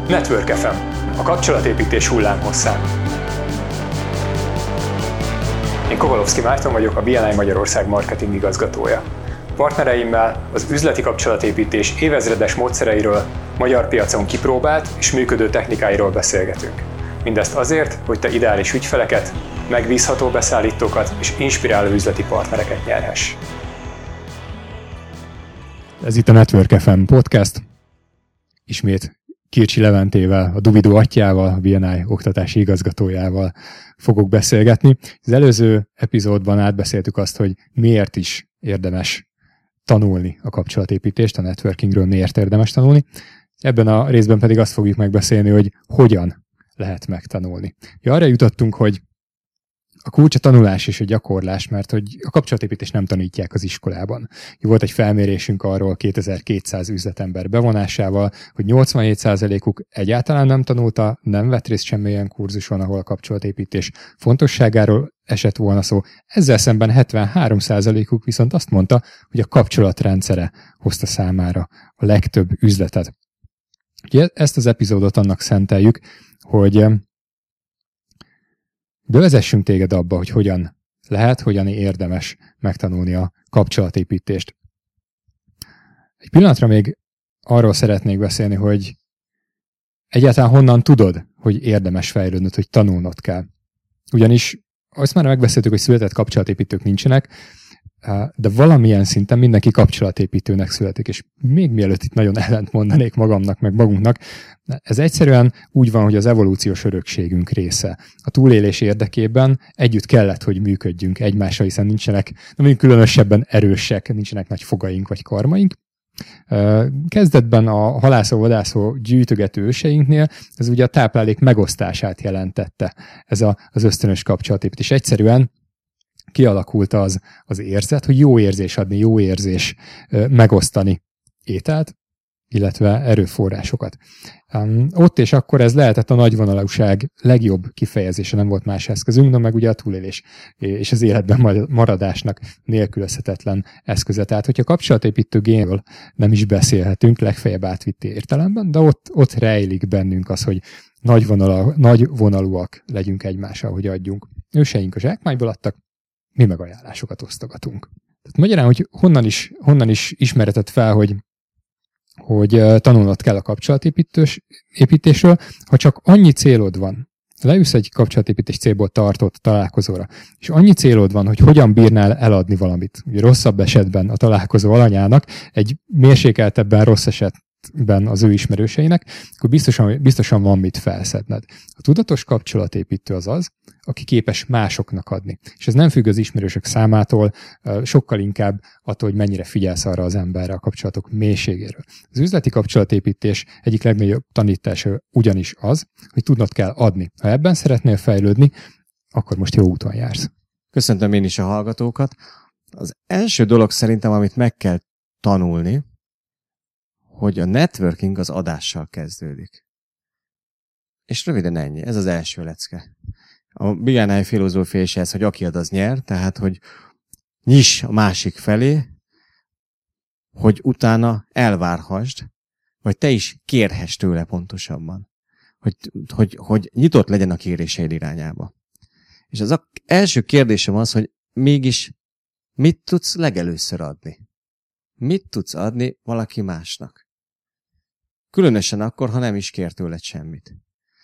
Network FM, a kapcsolatépítés hullámhosszán. Én Kovalovszki Márton vagyok, a BNI Magyarország marketing igazgatója. Partnereimmel az üzleti kapcsolatépítés évezredes módszereiről, magyar piacon kipróbált és működő technikáiról beszélgetünk. Mindezt azért, hogy te ideális ügyfeleket, megbízható beszállítókat és inspiráló üzleti partnereket nyerhess. Ez itt a Network FM podcast. Ismét Kircsi Leventével, a Duvidó atyjával, a BNI oktatási igazgatójával fogok beszélgetni. Az előző epizódban átbeszéltük azt, hogy miért is érdemes tanulni a kapcsolatépítést, a networkingről miért érdemes tanulni. Ebben a részben pedig azt fogjuk megbeszélni, hogy hogyan lehet megtanulni. Arra jutottunk, hogy a kulcs a tanulás és a gyakorlás, mert hogy a kapcsolatépítést nem tanítják az iskolában. Volt egy felmérésünk arról 2200 üzletember bevonásával, hogy 87%-uk egyáltalán nem tanulta, nem vett részt semmilyen kurzuson, ahol a kapcsolatépítés fontosságáról esett volna szó. Ezzel szemben 73%-uk viszont azt mondta, hogy a kapcsolatrendszere hozta számára a legtöbb üzletet. Ugye ezt az epizódot annak szenteljük, hogy bevezessünk téged abba, hogy hogyan érdemes megtanulni a kapcsolatépítést. Egy pillanatra még arról szeretnék beszélni, hogy egyáltalán honnan tudod, hogy érdemes fejlődnöd, hogy tanulnod kell. Ugyanis azt már megbeszéltük, hogy született kapcsolatépítők nincsenek, de valamilyen szinten mindenki kapcsolatépítőnek születik, és még mielőtt itt nagyon ellent mondanék magamnak, meg magunknak, ez egyszerűen úgy van, hogy az evolúciós örökségünk része. A túlélés érdekében együtt kellett, hogy működjünk egymással, hiszen nincsenek, nem különösebben erősek, nincsenek nagy fogaink vagy karmaink. Kezdetben a halászó-vadászó gyűjtögető őseinknél ez ugye a táplálék megosztását jelentette, ez az ösztönös kapcsolatépítés. Egyszerűen kialakult az érzet, hogy jó érzés adni, jó érzés megosztani ételt, illetve erőforrásokat. Ott és akkor ez lehetett a nagyvonalúság legjobb kifejezése, nem volt más eszközünk, de meg ugye a túlélés és az életben maradásnak nélkülözhetetlen eszköze. Tehát, hogyha kapcsolatépítő génről nem is beszélhetünk, legfeljebb átvitt értelemben, de ott rejlik bennünk az, hogy nagyvonalúak legyünk egymással, hogy adjunk. Őseink a zsákmányból adtak, mi meg ajánlásokat osztogatunk. Tehát magyarán, hogy honnan is ismereted fel, hogy tanulnod kell a kapcsolatépítésről, ha csak annyi célod van, leülsz egy kapcsolatépítés célból tartott találkozóra, és annyi célod van, hogy hogyan bírnál eladni valamit. Ugye rosszabb esetben a találkozó alanyának, egy mérsékeltebben rossz esetben az ő ismerőseinek, akkor biztosan van mit felszedned. A tudatos kapcsolatépítő az, aki képes másoknak adni. És ez nem függ az ismerősök számától, sokkal inkább attól, hogy mennyire figyelsz arra az emberre, a kapcsolatok mélységéről. Az üzleti kapcsolatépítés egyik legnagyobb tanítása ugyanis az, hogy tudnod kell adni. Ha ebben szeretnél fejlődni, akkor most jó úton jársz. Köszöntöm én is a hallgatókat. Az első dolog szerintem, amit meg kell tanulni, hogy a networking az adással kezdődik. És röviden ennyi. Ez az első lecke. A BNI filozófia is ez, hogy aki ad, az nyer, tehát, hogy nyiss a másik felé, hogy utána elvárhassd, vagy te is kérhess tőle pontosabban. Hogy nyitott legyen a kéréseid irányába. És az első kérdésem az, hogy mégis mit tudsz legelőször adni? Mit tudsz adni valaki másnak? Különösen akkor, ha nem is kér tőled semmit.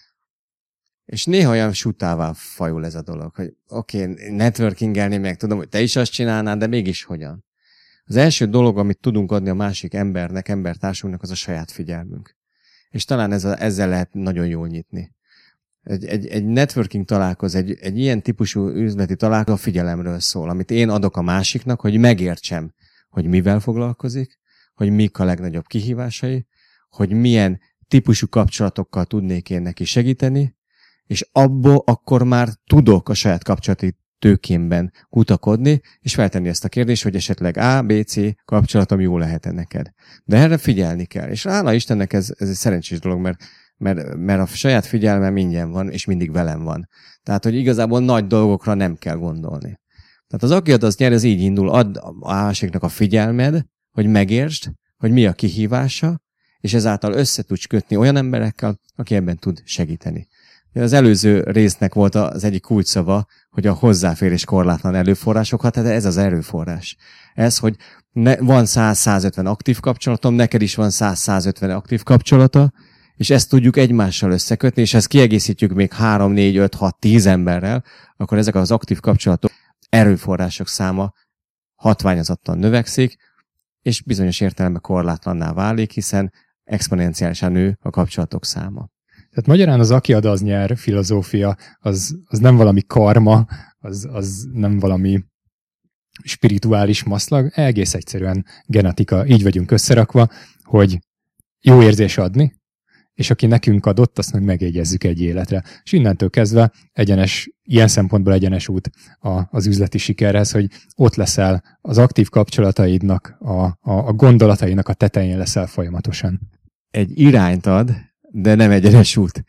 És néha olyan sutává fajul ez a dolog, hogy networkingelni meg tudom, hogy te is azt csinálnád, de mégis hogyan? Az első dolog, amit tudunk adni a másik embernek, embertársunknak, az a saját figyelmünk. És talán ezzel lehet nagyon jól nyitni. Egy networking találkozó, egy ilyen típusú üzleti találkozó a figyelemről szól, amit én adok a másiknak, hogy megértsem, hogy mivel foglalkozik, hogy mik a legnagyobb kihívásai, hogy milyen típusú kapcsolatokkal tudnék én neki segíteni, és abból akkor már tudok a saját kapcsolati tőkémben kutakodni, és feltenni ezt a kérdést, hogy esetleg A, B, C kapcsolatom jó lehet-e neked. De erre figyelni kell. És hála Istennek ez egy szerencsés dolog, mert a saját figyelmem ingyen van, és mindig velem van. Tehát, hogy igazából nagy dolgokra nem kell gondolni. Tehát az aki ad, az nyer, ez így indul, add a másiknak a figyelmed, hogy megértsd, hogy mi a kihívása, és ezáltal össze tudsz kötni olyan emberekkel, aki ebben tud segíteni. Az előző résznek volt az egyik kulcsszava, hogy a hozzáférés korlátlan erőforrások, hát ez az erőforrás. Ez, hogy van 100-150 aktív kapcsolatom, neked is van 100-150 aktív kapcsolata, és ezt tudjuk egymással összekötni, és ezt kiegészítjük még 3, 4, 5, 6, 10 emberrel, akkor ezek az aktív kapcsolatok erőforrások száma hatványozottan növekszik, és bizonyos értelemben korlátlanná válik, hiszen exponenciálisan nő a kapcsolatok száma. Tehát magyarán az aki ad, az nyer filozófia, az nem valami karma, az nem valami spirituális maszlag, egész egyszerűen genetika, így vagyunk összerakva, hogy jó érzés adni, és aki nekünk adott, azt meg megjegyezzük egy életre. És innentől kezdve ilyen szempontból egyenes út az üzleti sikerhez, hogy ott leszel az aktív kapcsolataidnak, a gondolatainak a tetején leszel folyamatosan. Egy irányt ad, de nem egyenes út.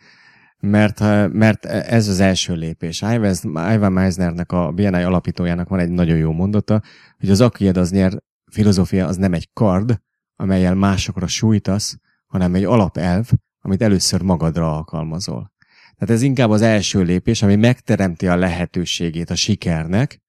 Mert ez az első lépés. Ivan Meisnernek, a BNI alapítójának van egy nagyon jó mondata, hogy az aki ad, az nyer filozófia az nem egy kard, amellyel másokra sújtasz, hanem egy alapelv, amit először magadra alkalmazol. Tehát ez inkább az első lépés, ami megteremti a lehetőségét a sikernek,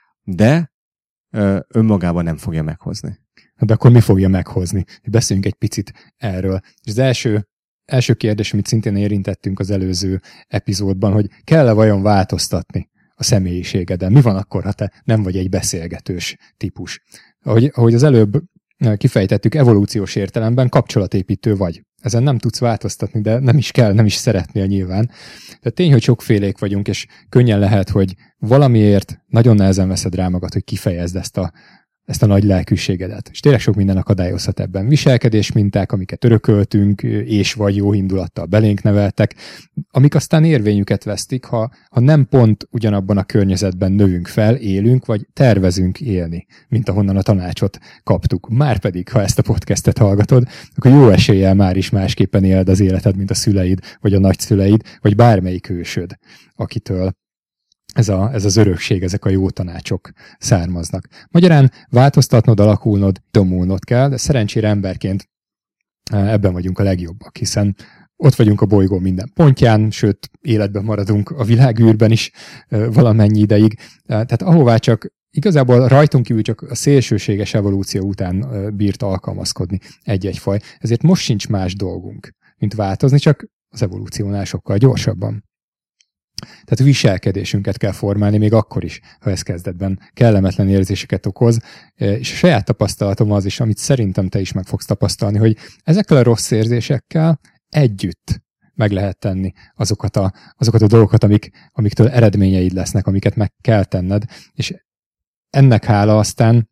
de önmagában nem fogja meghozni. De akkor mi fogja meghozni? Beszéljünk egy picit erről. És az első kérdés, amit szintén érintettünk az előző epizódban, hogy kell-e vajon változtatni a személyiségeden? Mi van akkor, ha te nem vagy egy beszélgetős típus? Ahogy az előbb kifejtettük, evolúciós értelemben kapcsolatépítő vagy. Ezen nem tudsz változtatni, de nem is kell, nem is szeretnél nyilván. De tény, hogy sokfélék vagyunk, és könnyen lehet, hogy valamiért nagyon nehezen veszed rá magad, hogy kifejezd ezt a nagy lelkűségedet. És tényleg sok minden akadályozhat ebben. Viselkedés minták, amiket örököltünk, és vagy jó indulattal belénk neveltek, amik aztán érvényüket vesztik, ha nem pont ugyanabban a környezetben növünk fel, élünk, vagy tervezünk élni, mint ahonnan a tanácsot kaptuk. Márpedig, ha ezt a podcastet hallgatod, akkor jó eséllyel már is másképpen éled az életed, mint a szüleid, vagy a nagyszüleid, vagy bármelyik hősöd, akitől ez az örökség, ezek a jó tanácsok származnak. Magyarán változtatnod, alakulnod, domulnod kell, de szerencsére emberként ebben vagyunk a legjobbak, hiszen ott vagyunk a bolygó minden pontján, sőt, életben maradunk a világűrben is valamennyi ideig. Tehát ahová csak igazából rajtunk kívül csak a szélsőséges evolúció után bírt alkalmazkodni egy-egy faj. Ezért most sincs más dolgunk, mint változni, csak az evolúciónál sokkal gyorsabban. Tehát viselkedésünket kell formálni még akkor is, ha ez kezdetben kellemetlen érzéseket okoz, és a saját tapasztalatom az is, amit szerintem te is meg fogsz tapasztalni, hogy ezekkel a rossz érzésekkel együtt meg lehet tenni azokat a dolgokat, amiktől eredményeid lesznek, amiket meg kell tenned, és ennek hála aztán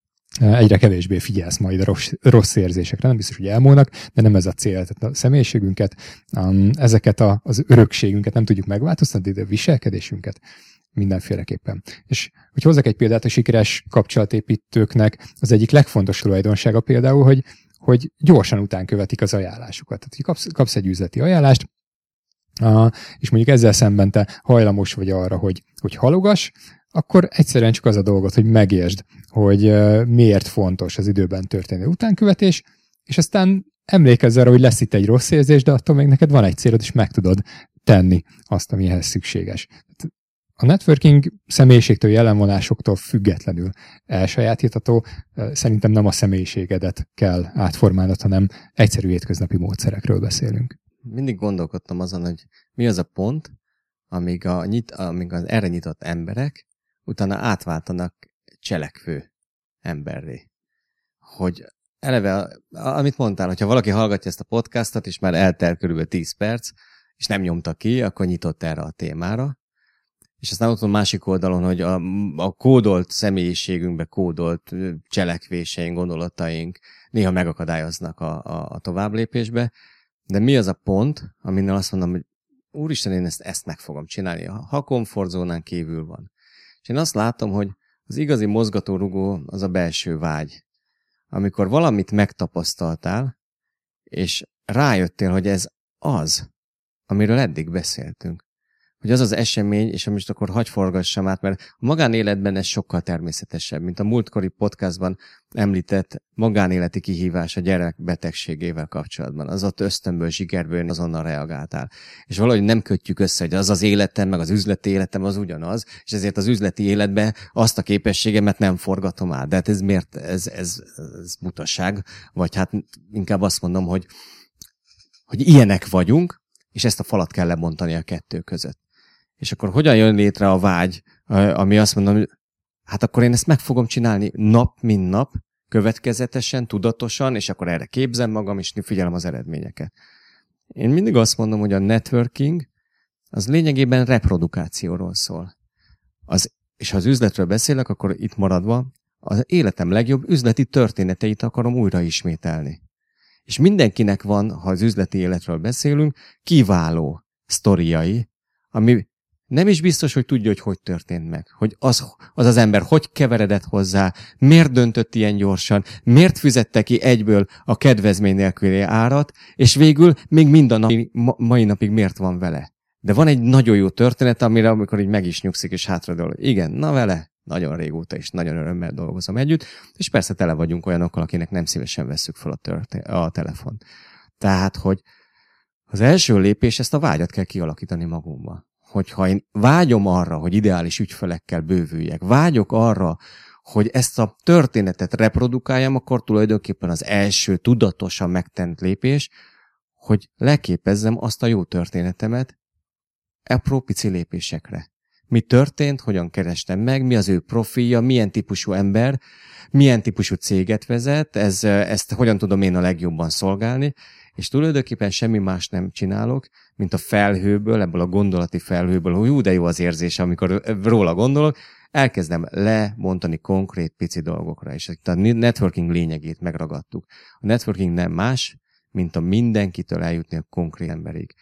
egyre kevésbé figyelsz majd a rossz érzésekre. Nem biztos, hogy elmúlnak, de nem ez a cél. Tehát a személyiségünket, ezeket az örökségünket nem tudjuk megváltoztatni, de a viselkedésünket mindenféleképpen. És hogy hozzak egy példát, a sikeres kapcsolatépítőknek az egyik legfontosabb tulajdonsága például, hogy gyorsan után követik az ajánlásukat. Tehát kapsz egy üzleti ajánlást, és mondjuk ezzel szemben te hajlamos vagy arra, hogy halogass, akkor egyszerűen csak az a dolgot, hogy megértsd, hogy miért fontos az időben történő utánkövetés, és aztán emlékezz arra, hogy lesz itt egy rossz érzés, de attól még neked van egy célod, és meg tudod tenni azt, ami ehhez szükséges. A networking személyiségtől, jellemvonásoktól függetlenül elsajátítható, szerintem nem a személyiségedet kell átformálnod, hanem egyszerű hétköznapi módszerekről beszélünk. Mindig gondolkodtam azon, hogy mi az a pont, amíg az erre nyitott emberek utána átváltanak cselekvő emberré. Hogy eleve, amit mondtál, hogyha valaki hallgatja ezt a podcastot, és már eltelt körülbelül 10 perc, és nem nyomta ki, akkor nyitott erre a témára. És aztán ott van másik oldalon, hogy a kódolt személyiségünkbe kódolt cselekvéseink, gondolataink néha megakadályoznak a továbblépésbe. De mi az a pont, aminél azt mondom, hogy úristen, én ezt meg fogom csinálni, ha a komfortzónán kívül van. És én azt látom, hogy az igazi mozgatórugó az a belső vágy. Amikor valamit megtapasztaltál, és rájöttél, hogy ez az, amiről eddig beszéltünk. hogy az az esemény, és most akkor hagy forgassam át, mert a magánéletben ez sokkal természetesebb, mint a múltkori podcastban említett magánéleti kihívás a gyerek betegségével kapcsolatban. Az ott ösztönből, zsigerből azonnal reagáltál. És valahogy nem kötjük össze, hogy az az életem, meg az üzleti életem az ugyanaz, és ezért az üzleti életben azt a képességemet nem forgatom át. De hát ez miért? Ez butaság, vagy hát inkább azt mondom, hogy ilyenek vagyunk, és ezt a falat kell lebontani a kettő között. És akkor hogyan jön létre a vágy, ami azt mondom, hogy hát akkor én ezt meg fogom csinálni nap, mint nap, következetesen, tudatosan, és akkor erre képzem magam, és figyelem az eredményeket. Én mindig azt mondom, hogy a networking az lényegében reprodukációról szól. És ha az üzletről beszélek, akkor itt maradva az életem legjobb üzleti történeteit akarom újra ismételni. És mindenkinek van, ha az üzleti életről beszélünk, kiváló sztoriai, ami nem is biztos, hogy tudja, hogy történt meg. Hogy az ember hogy keveredett hozzá, miért döntött ilyen gyorsan, miért fizette ki egyből a kedvezmény nélküli árat, és végül még mai napig miért van vele. De van egy nagyon jó történet, amire amikor így meg is nyugszik, és hátradől, igen, na vele, nagyon régóta is nagyon örömmel dolgozom együtt, és persze tele vagyunk olyanokkal, akinek nem szívesen vesszük fel a telefont. Tehát, hogy az első lépés, ezt a vágyat kell kialakítani magunkba. Hogyha én vágyom arra, hogy ideális ügyfelekkel bővüljek, vágyok arra, hogy ezt a történetet reprodukáljam, akkor tulajdonképpen az első tudatosan megtett lépés, hogy leképezzem azt a jó történetemet apró pici lépésekre. Mi történt, hogyan kerestem meg, mi az ő profilja, milyen típusú ember, milyen típusú céget vezet, ezt hogyan tudom én a legjobban szolgálni, és tulajdonképpen semmi más nem csinálok, mint a felhőből, ebből a gondolati felhőből, hogy de jó az érzés, amikor róla gondolok, elkezdem lemondani konkrét pici dolgokra, és itt a networking lényegét megragadtuk. A networking nem más, mint a mindenkitől eljutni a konkrét emberig.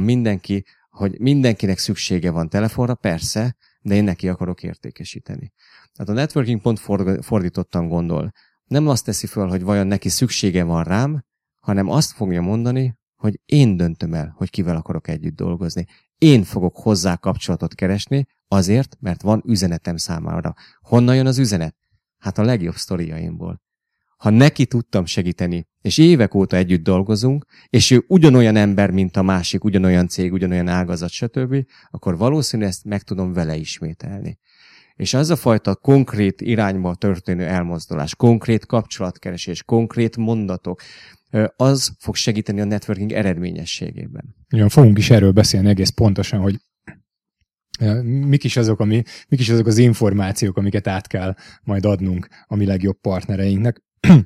Hogy mindenkinek szüksége van telefonra, persze, de én neki akarok értékesíteni. Tehát a networking pont fordítottan gondol. Nem azt teszi föl, hogy vajon neki szüksége van rám, hanem azt fogja mondani, hogy én döntöm el, hogy kivel akarok együtt dolgozni. Én fogok hozzá kapcsolatot keresni azért, mert van üzenetem számára. Honnan jön az üzenet? Hát a legjobb sztoriaimból. Ha neki tudtam segíteni, és évek óta együtt dolgozunk, és ő ugyanolyan ember, mint a másik, ugyanolyan cég, ugyanolyan ágazat, stb., akkor valószínűleg ezt meg tudom vele ismételni. És az a fajta konkrét irányba történő elmozdulás, konkrét kapcsolatkeresés, konkrét mondatok, az fog segíteni a networking eredményességében. Igen, fogunk is erről beszélni egész pontosan, hogy mik is azok az információk, amiket át kell majd adnunk a mi legjobb partnereinknek.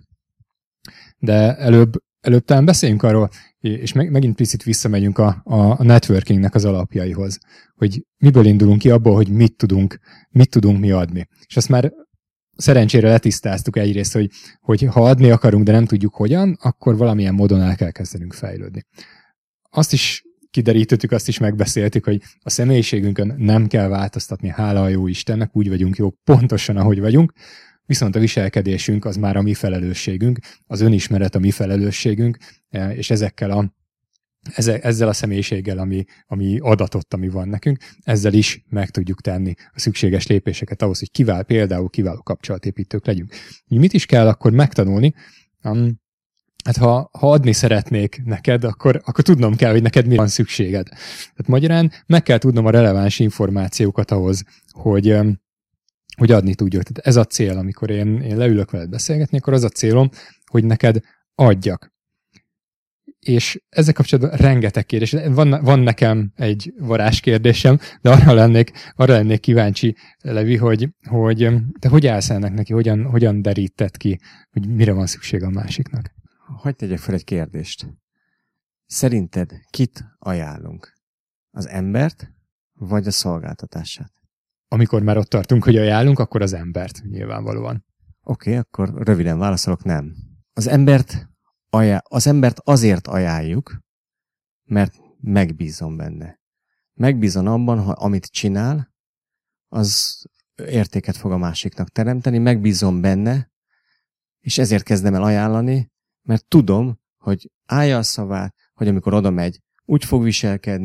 De előbb talán beszéljünk arról, és megint picit visszamegyünk a networkingnek az alapjaihoz, hogy miből indulunk ki abból, hogy mit tudunk mi adni. És azt már szerencsére letisztáztuk egyrészt, hogy ha adni akarunk, de nem tudjuk hogyan, akkor valamilyen módon el kell kezdenünk fejlődni. Azt is kiderítettük, azt is megbeszéltük, hogy a személyiségünkön nem kell változtatni, hála a jó Istennek, úgy vagyunk jók pontosan, ahogy vagyunk, viszont a viselkedésünk az már a mi felelősségünk, az önismeret a mi felelősségünk, és ezzel a személyiséggel, ami adatott, ami van nekünk, ezzel is meg tudjuk tenni a szükséges lépéseket ahhoz, hogy például kiváló kapcsolatépítők legyünk. Mit is kell akkor megtanulni? Hát ha adni szeretnék neked, akkor tudnom kell, hogy neked mire van szükséged. Tehát magyarán meg kell tudnom a releváns információkat ahhoz, hogy adni tudjuk. Tehát ez a cél, amikor én leülök veled beszélgetni, akkor az a célom, hogy neked adjak. És ezzel kapcsolatban rengeteg kérdés. Van nekem egy varázskérdésem, de arra lennék kíváncsi, Levi, hogy te hogy állsz ennek neki, hogyan deríted ki, hogy mire van szükség a másiknak? Hadd tegyek fel egy kérdést. Szerinted kit ajánlunk? Az embert, vagy a szolgáltatását? Amikor már ott tartunk, hogy ajánlunk, akkor az embert nyilvánvalóan. Oké, akkor röviden válaszolok, nem. Az embert azért ajánljuk, mert megbízom benne. Megbízom abban, hogy amit csinál, az értéket fog a másiknak teremteni, megbízom benne, és ezért kezdem el ajánlani, mert tudom, hogy állja a szavát, hogy amikor oda megy, úgy fog viselkedni,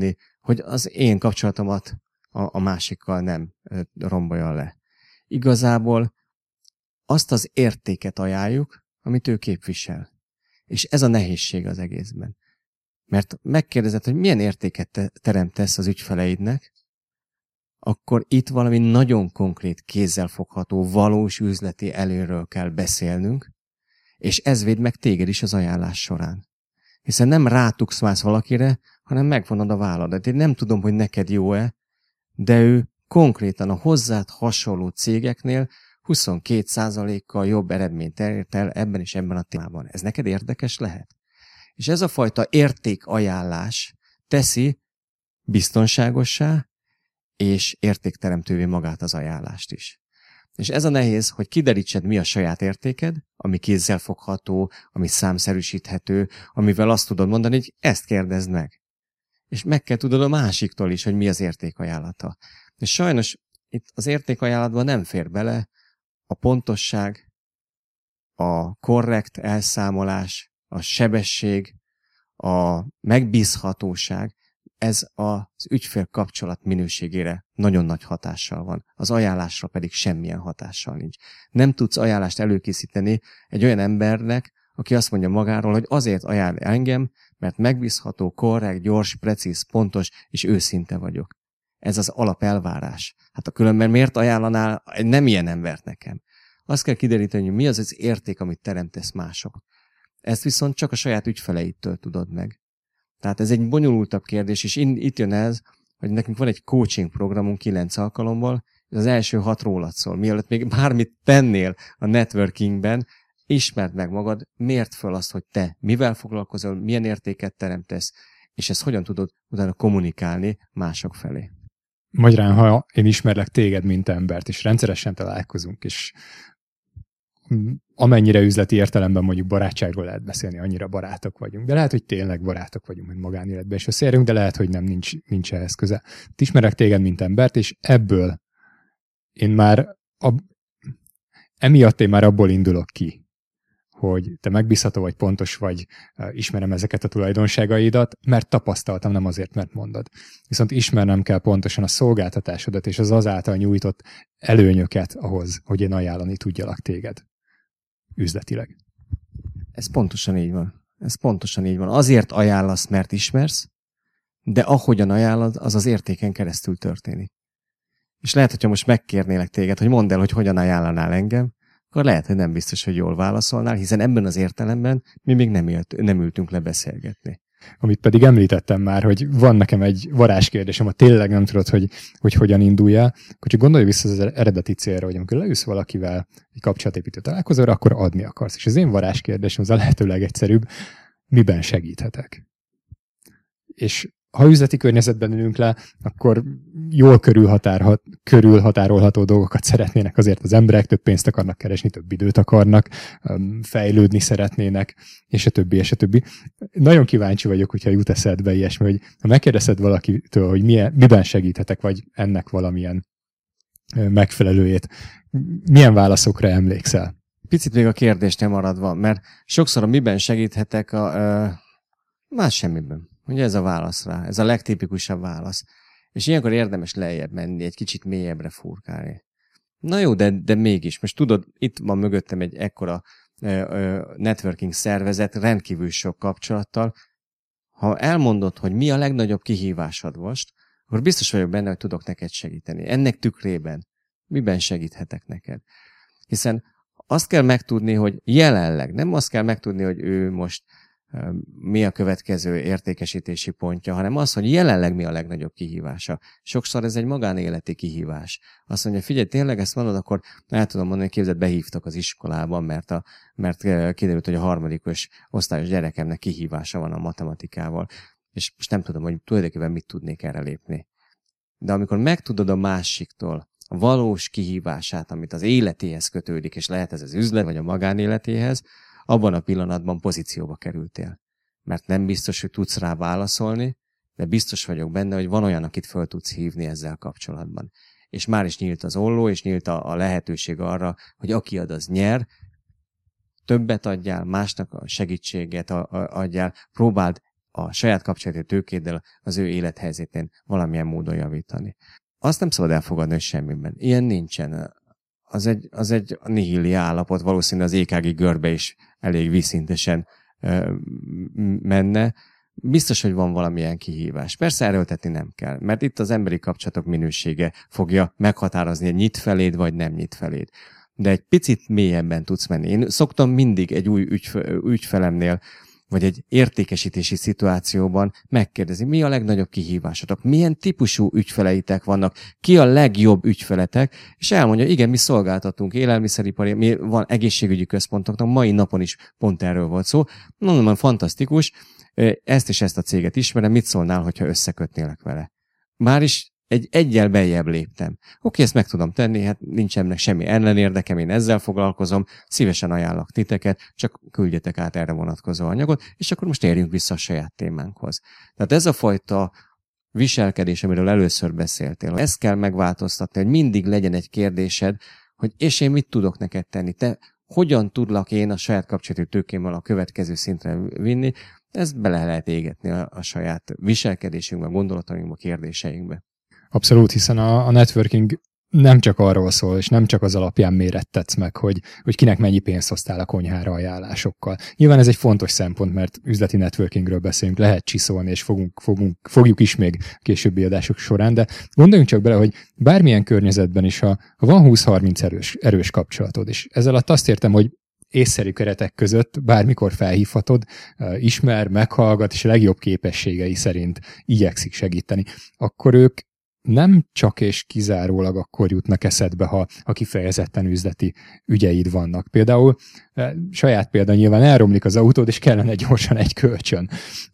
hogy az én kapcsolatomat a másikkal nem rombolja le. Igazából azt az értéket ajánljuk, amit ő képvisel. És ez a nehézség az egészben. Mert megkérdezed, hogy milyen értéket teremtesz az ügyfeleidnek, akkor itt valami nagyon konkrét, kézzelfogható, valós üzleti előről kell beszélnünk, és ez véd meg téged is az ajánlás során. Hiszen nem rátukszválsz valakire, hanem megvonod a válladat. Én nem tudom, hogy neked jó-e, de ő konkrétan a hozzád hasonló cégeknél 22%-kal jobb eredményt ért el ebben és ebben a témában. Ez neked érdekes lehet? És ez a fajta értékajánlás teszi biztonságossá és értékteremtővé magát az ajánlást is. És ez a nehéz, hogy kiderítsed, mi a saját értéked, ami kézzelfogható, ami számszerűsíthető, amivel azt tudod mondani, hogy ezt kérdezd meg. És meg kell tudod a másiktól is, hogy mi az értékajánlata. És sajnos itt az értékajánlatban nem fér bele a pontosság, a korrekt elszámolás, a sebesség, a megbízhatóság. Ez az ügyfél kapcsolat minőségére nagyon nagy hatással van. Az ajánlásra pedig semmilyen hatással nincs. Nem tudsz ajánlást előkészíteni egy olyan embernek, aki azt mondja magáról, hogy azért ajánl engem, mert megbízható, korrekt, gyors, precíz, pontos és őszinte vagyok. Ez az alapelvárás. Hát a különben miért ajánlanál egy nem ilyen embert nekem? Azt kell kideríteni, hogy mi az az érték, amit teremtesz mások. Ezt viszont csak a saját ügyfeleidtől tudod meg. Tehát ez egy bonyolultabb kérdés, és itt jön ez, hogy nekünk van egy coaching programunk 9 alkalommal, és az első 6 rólad szól. Mielőtt még bármit tennél a networkingben, ismerd meg magad, mérd föl azt, hogy te mivel foglalkozol, milyen értéket teremtesz, és ezt hogyan tudod utána kommunikálni mások felé. Magyarán, ha én ismerlek téged, mint embert, és rendszeresen találkozunk, és amennyire üzleti értelemben mondjuk barátságról lehet beszélni, annyira barátok vagyunk. De lehet, hogy tényleg barátok vagyunk, mint magánéletben is összeérünk, de lehet, hogy nem, nincs ehhez köze. Ismerek téged, mint embert, és ebből én már emiatt én már abból indulok ki, hogy te megbízható vagy, pontos vagy, ismerem ezeket a tulajdonságaidat, mert tapasztaltam, nem azért, mert mondod. Viszont ismernem kell pontosan a szolgáltatásodat és az azáltal nyújtott előnyöket ahhoz, hogy én ajánlani tudjalak téged üzletileg. Ez pontosan így van. Azért ajánlasz, mert ismersz, de ahogyan ajánlod, az az értéken keresztül történik. És lehet, hogyha most megkérnélek téged, hogy mondd el, hogy hogyan ajánlanál engem, akkor lehet, hogy nem biztos, hogy jól válaszolnál, hiszen ebben az értelemben mi még nem ültünk le beszélgetni. Amit pedig említettem már, hogy van nekem egy varázskérdésem, ha tényleg nem tudod, hogy hogyan induljál, akkor csak gondolj vissza az eredeti célra, hogy amikor leülsz valakivel egy kapcsolatépítő találkozóra, akkor adni akarsz. És az én varázskérdésem az a lehető legegyszerűbb, miben segíthetek? És ha üzleti környezetben ülünk le, akkor jól körülhatárolható dolgokat szeretnének azért az emberek, több pénzt akarnak keresni, több időt akarnak, fejlődni szeretnének, és a többi, és a többi. Nagyon kíváncsi vagyok, hogyha jut eszedbe ilyesmi, hogy ha megkérdezed valakitől, hogy miben segíthetek, vagy ennek valamilyen megfelelőjét, milyen válaszokra emlékszel? Picit még a kérdésnél maradva, mert sokszor a miben segíthetek más semmiben. Ugye ez a válasz rá, ez a legtipikusabb válasz. És ilyenkor érdemes lejjebb menni, egy kicsit mélyebbre furkálni. Na jó, de mégis. Most tudod, itt van mögöttem egy ekkora networking szervezet, rendkívül sok kapcsolattal. Ha elmondod, hogy mi a legnagyobb kihívásod most, akkor biztos vagyok benne, hogy tudok neked segíteni. Ennek tükrében miben segíthetek neked? Hiszen azt kell megtudni, hogy jelenleg, nem azt kell megtudni, hogy ő most mi a következő értékesítési pontja, hanem az, hogy jelenleg mi a legnagyobb kihívása. Sokszor ez egy magánéleti kihívás. Azt mondja, figyelj, tényleg ezt mondod, akkor el tudom mondani, hogy képzeld, behívtak az iskolában, mert kiderült, hogy a harmadikos osztályos gyerekemnek kihívása van a matematikával, és most nem tudom, hogy tulajdonképpen mit tudnék erre lépni. De amikor megtudod a másiktól a valós kihívását, amit az életéhez kötődik, és lehet ez az üzlet, vagy a magánéletéhez, abban a pillanatban pozícióba kerültél. Mert nem biztos, hogy tudsz rá válaszolni, de biztos vagyok benne, hogy van olyan, akit föl tudsz hívni ezzel kapcsolatban. És már is nyílt az olló, és nyílt a lehetőség arra, hogy aki ad, az nyer, többet adjál, másnak a segítséget adjál, próbáld a saját kapcsolati tőkéddel az ő élethelyzetén valamilyen módon javítani. Azt nem szabad elfogadni, hogy semmiben. Ilyen nincsen. Az egy nihili állapot, valószínűleg az EKG görbe is elég vízszintesen menne. Biztos, hogy van valamilyen kihívás. Persze erőltetni nem kell, mert itt az emberi kapcsolatok minősége fogja meghatározni, hogy nyit feléd, vagy nem nyit feléd. De egy picit mélyebben tudsz menni. Én szoktam mindig egy új ügyfelemnél, vagy egy értékesítési szituációban megkérdezni, mi a legnagyobb kihívásotok, milyen típusú ügyfeleitek vannak, ki a legjobb ügyfeletek, és elmondja, igen, mi szolgáltatunk élelmiszeripari, mi van egészségügyi központoknak, mai napon is pont erről volt szó. Mondom, fantasztikus, ezt és ezt a céget ismerem, mit szólnál, hogyha összekötnélek vele? Már is egyel beljebb léptem. Oké, ezt meg tudom tenni, hát nincs ennek semmi ellenérdekem, én ezzel foglalkozom, szívesen ajánlok titeket, csak küldjetek át erre vonatkozó anyagot, és akkor most érjünk vissza a saját témánkhoz. Tehát ez a fajta viselkedés, amiről először beszéltél, ezt kell megváltoztatni, hogy mindig legyen egy kérdésed, hogy és én mit tudok neked tenni, te hogyan tudlak én a saját kapcsolati tőkémmel a következő szintre vinni, ezt bele lehet égetni a saját viselkedésünkbe, gondolatainkba, kérdéseinkbe. Abszolút, hiszen a networking nem csak arról szól, és nem csak az alapján mérettetsz meg, hogy kinek mennyi pénzt hoztál a konyhára ajánlásokkal. Nyilván ez egy fontos szempont, mert üzleti networkingről beszélünk, lehet csiszolni, és fogjuk is még későbbi adások során, de gondoljunk csak bele, hogy bármilyen környezetben is, ha van 20-30 erős kapcsolatod, és ezzel alatt azt értem, hogy észszerű keretek között bármikor felhívhatod, ismer, meghallgat, és a legjobb képességei szerint igyekszik segíteni, akkor ők nem csak és kizárólag akkor jutnak eszedbe, ha kifejezetten üzleti ügyeid vannak. Például, saját példa nyilván elromlik az autód, és kellene gyorsan egy kölcsön.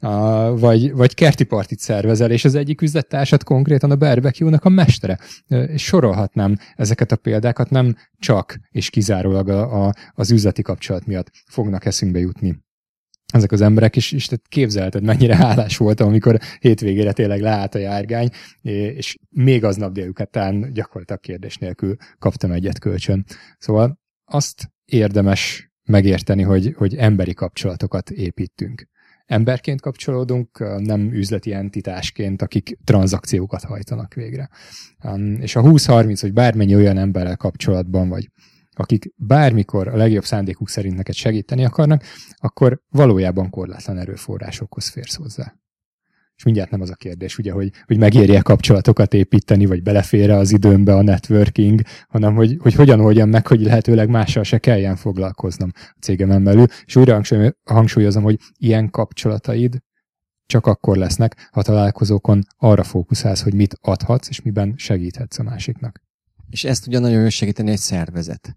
Vagy kerti partit szervezel, és az egyik üzlettársad konkrétan a barbecue-nak a mestere. És sorolhatnám ezeket a példákat, nem csak és kizárólag az üzleti kapcsolat miatt fognak eszünkbe jutni ezek az emberek, és te képzelheted, mennyire hálás voltam, amikor hétvégére tényleg leállt a járgány, és még aznap délután gyakorlatilag kérdés nélkül kaptam egyet kölcsön. Szóval azt érdemes megérteni, hogy emberi kapcsolatokat építünk. Emberként kapcsolódunk, nem üzleti entitásként, akik tranzakciókat hajtanak végre. És a 20-30, vagy bármennyi olyan emberrel kapcsolatban vagy, akik bármikor a legjobb szándékuk szerint neked segíteni akarnak, akkor valójában korlátlan erőforrásokhoz férsz hozzá. És mindjárt nem az a kérdés, ugye, hogy megéri-e kapcsolatokat építeni, vagy belefér-e az időmbe a networking, hanem hogy hogyan oldjam meg, hogy lehetőleg mással se kelljen foglalkoznom a cégemen belül. És újra hangsúlyozom, hogy ilyen kapcsolataid csak akkor lesznek, ha találkozókon arra fókuszálsz, hogy mit adhatsz, és miben segíthetsz a másiknak. És ezt tudja nagyon jól segíteni egy szervezet,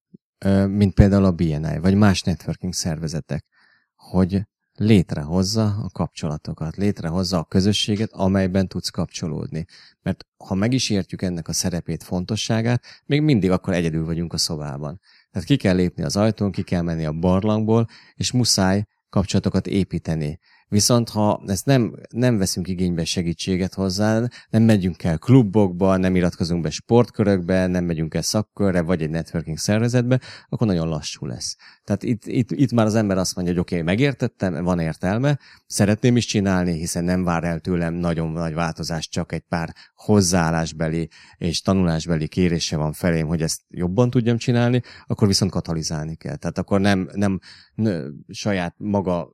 mint például a BNI, vagy más networking szervezetek, hogy létrehozza a kapcsolatokat, létrehozza a közösséget, amelyben tudsz kapcsolódni. Mert ha meg is értjük ennek a szerepét, fontosságát, még mindig akkor egyedül vagyunk a szobában. Tehát ki kell lépni az ajtón, ki kell menni a barlangból, és muszáj kapcsolatokat építeni. Viszont ha ezt nem veszünk igénybe segítséget hozzá, nem megyünk el klubokba, nem iratkozunk be sportkörökbe, nem megyünk el szakkörre, vagy egy networking szervezetbe, akkor nagyon lassú lesz. Tehát itt már az ember azt mondja, hogy oké, megértettem, van értelme, szeretném is csinálni, hiszen nem vár el tőlem nagyon nagy változás, csak egy pár hozzáállásbeli és tanulásbeli kérése van felém, hogy ezt jobban tudjam csinálni, akkor viszont katalizálni kell. Tehát akkor nem saját maga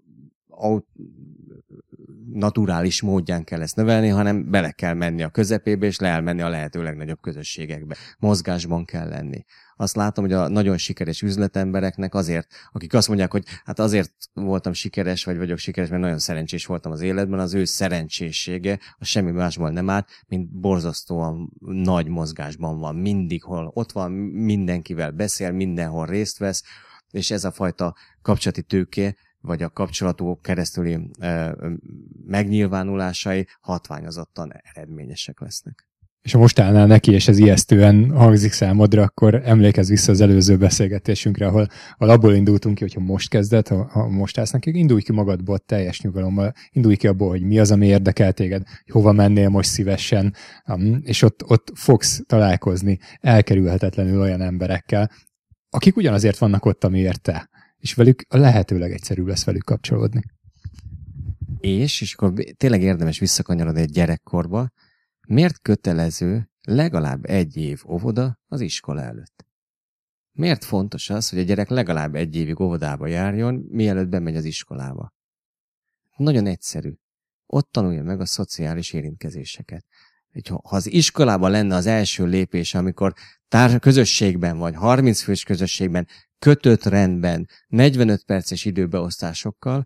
naturális módján kell ezt növelni, hanem bele kell menni a közepébe, és le kell menni a lehető legnagyobb közösségekbe. Mozgásban kell lenni. Azt látom, hogy a nagyon sikeres üzletembereknek azért, akik azt mondják, hogy hát azért voltam sikeres, vagy vagyok sikeres, mert nagyon szerencsés voltam az életben, az ő szerencsésége, az semmi másból nem áll, mint borzasztóan nagy mozgásban van. Mindig, hol ott van, mindenkivel beszél, mindenhol részt vesz, és ez a fajta kapcsolati tőke, vagy a kapcsolatok keresztüli megnyilvánulásai hatványozottan eredményesek lesznek. És ha most állnál neki, és ez ijesztően hangzik számodra, akkor emlékezz vissza az előző beszélgetésünkre, ahol abból indultunk ki, hogyha most kezded, ha most állsz neki, indulj ki magadból teljes nyugalommal, indulj ki abból, hogy mi az, ami érdekel téged, hova mennél most szívesen, és ott fogsz találkozni elkerülhetetlenül olyan emberekkel, akik ugyanazért vannak ott, amiért te. És velük a lehető legegyszerűbb lesz velük kapcsolódni. És akkor tényleg érdemes visszakanyarodni egy gyerekkorba, miért kötelező legalább 1 év óvoda az iskola előtt? Miért fontos az, hogy a gyerek legalább 1 évig óvodába járjon, mielőtt bemegy az iskolába? Nagyon egyszerű. Ott tanulja meg a szociális érintkezéseket. Ha az iskolában lenne az első lépés, amikor közösségben vagy 30 fős közösségben, kötött rendben, 45 perces időbeosztásokkal,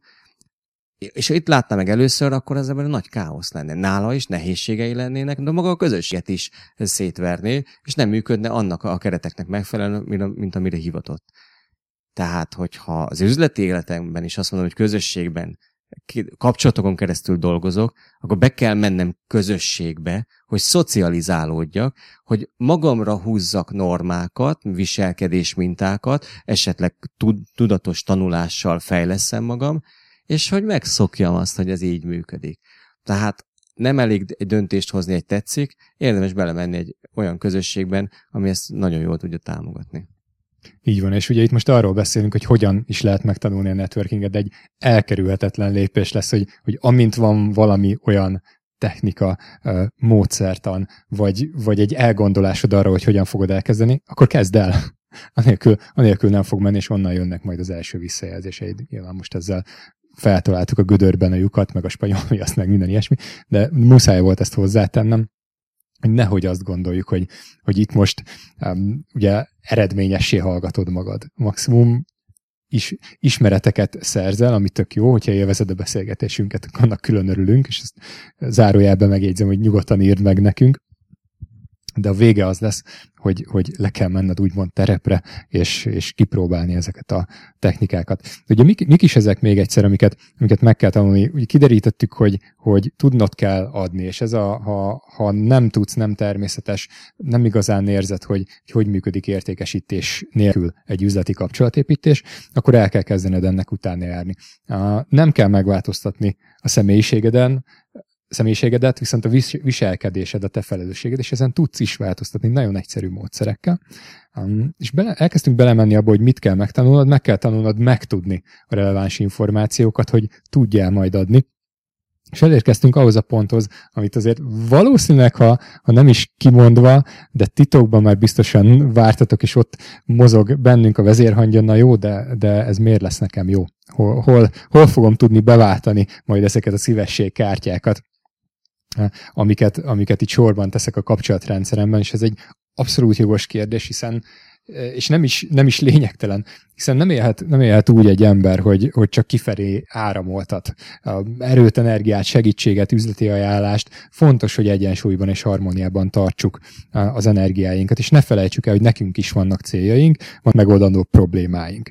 és ha itt látná meg először, akkor ez ebben nagy káosz lenne. Nála is nehézségei lennének, de maga a közösséget is szétverné, és nem működne annak a kereteknek megfelelően, mint amire hivatott. Tehát, hogyha az üzleti életemben is azt mondom, hogy közösségben, kapcsolatokon keresztül dolgozok, akkor be kell mennem közösségbe, hogy szocializálódjak, hogy magamra húzzak normákat, viselkedés mintákat, esetleg tudatos tanulással fejleszem magam, és hogy megszokjam azt, hogy ez így működik. Tehát nem elég egy döntést hozni, egy tetszik, érdemes belemenni egy olyan közösségben, ami ezt nagyon jól tudja támogatni. Így van, és ugye itt most arról beszélünk, hogy hogyan is lehet megtanulni a networkinget, de egy elkerülhetetlen lépés lesz, hogy amint van valami olyan technika, módszertan, vagy egy elgondolásod arra, hogy hogyan fogod elkezdeni, akkor kezd el. Anélkül nem fog menni, és onnan jönnek majd az első visszajelzéseid. Nyilván most ezzel feltaláltuk a gödörben a lyukat, meg a spanyol viaszt, meg minden ilyesmi, de muszáj volt ezt hozzátennem, hogy nehogy azt gondoljuk, hogy itt most ugye eredményessé hallgatod magad. Maximum ismereteket szerzel, ami tök jó, hogyha élvezed a beszélgetésünket, annak külön örülünk, és ezt zárójelben megjegyzem, hogy nyugodtan írd meg nekünk, de a vége az lesz, hogy le kell menned úgymond terepre, és kipróbálni ezeket a technikákat. Ugye mik is ezek még egyszer, amiket meg kell tanulni? Ugye kiderítettük, hogy tudnod kell adni, és ez ha nem tudsz, nem természetes, nem igazán érzed, hogy működik értékesítés nélkül egy üzleti kapcsolatépítés, akkor el kell kezdened ennek utána járni. Nem kell megváltoztatni a személyiségedet, viszont a viselkedésed, a te felelősséged, és ezen tudsz is változtatni nagyon egyszerű módszerekkel. És elkezdtünk belemenni abba, hogy mit kell megtanulnod, meg kell tanulnod megtudni a releváns információkat, hogy tudjál majd adni. És elérkeztünk ahhoz a ponthoz, amit azért valószínűleg, ha nem is kimondva, de titokban már biztosan vártatok, és ott mozog bennünk a vezérhangja, na jó, de ez miért lesz nekem jó? Hol fogom tudni beváltani majd ezeket a szívességkártyákat, amiket itt sorban teszek a kapcsolatrendszeremben, és ez egy abszolút jogos kérdés, hiszen és nem is lényegtelen, hiszen nem élhet úgy egy ember, hogy csak kifelé áramoltat erőt, energiát, segítséget, üzleti ajánlást. Fontos, hogy egyensúlyban és harmóniában tartsuk az energiáinkat, és ne felejtsük el, hogy nekünk is vannak céljaink, van megoldandó problémáink.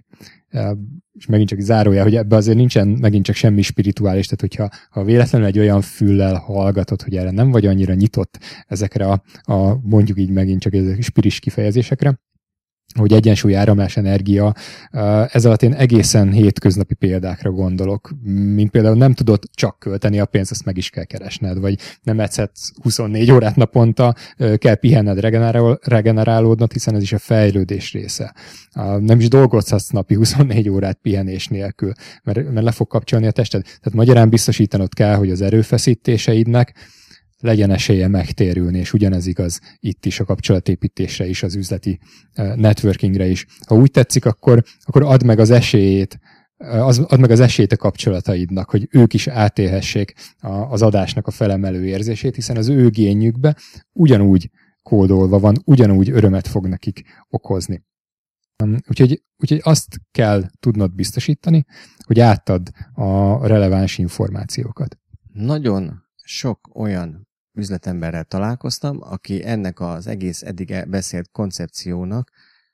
És megint csak zárójel, hogy ebbe azért nincsen megint csak semmi spirituális, tehát hogyha véletlenül egy olyan füllel hallgatod, hogy erre nem vagy annyira nyitott ezekre a mondjuk így megint csak ezek spiris kifejezésekre, hogy egyensúly, áramlás, energia, ez alatt én egészen hétköznapi példákra gondolok, mint például nem tudod csak költeni a pénzt, azt meg is kell keresned, vagy nem edzetsz 24 órát naponta, kell pihenned, regenerálódnod, hiszen ez is a fejlődés része. Nem is dolgozhatsz napi 24 órát pihenés nélkül, mert le fog kapcsolni a tested. Tehát magyarán biztosítanod kell, hogy az erőfeszítéseidnek legyen esélye megtérülni, és ugyanez igaz itt is a kapcsolatépítésre is, az üzleti networkingre is. Ha úgy tetszik, akkor add meg az esélyét, add meg az esélyt a kapcsolataidnak, hogy ők is átélhessék az adásnak a felemelő érzését, hiszen az ő génjükbe ugyanúgy kódolva van, ugyanúgy örömet fog nekik okozni. Úgyhogy azt kell tudnod biztosítani, hogy átadd a releváns információkat. Nagyon sok olyan üzletemberrel találkoztam, aki ennek az egész eddig beszélt koncepción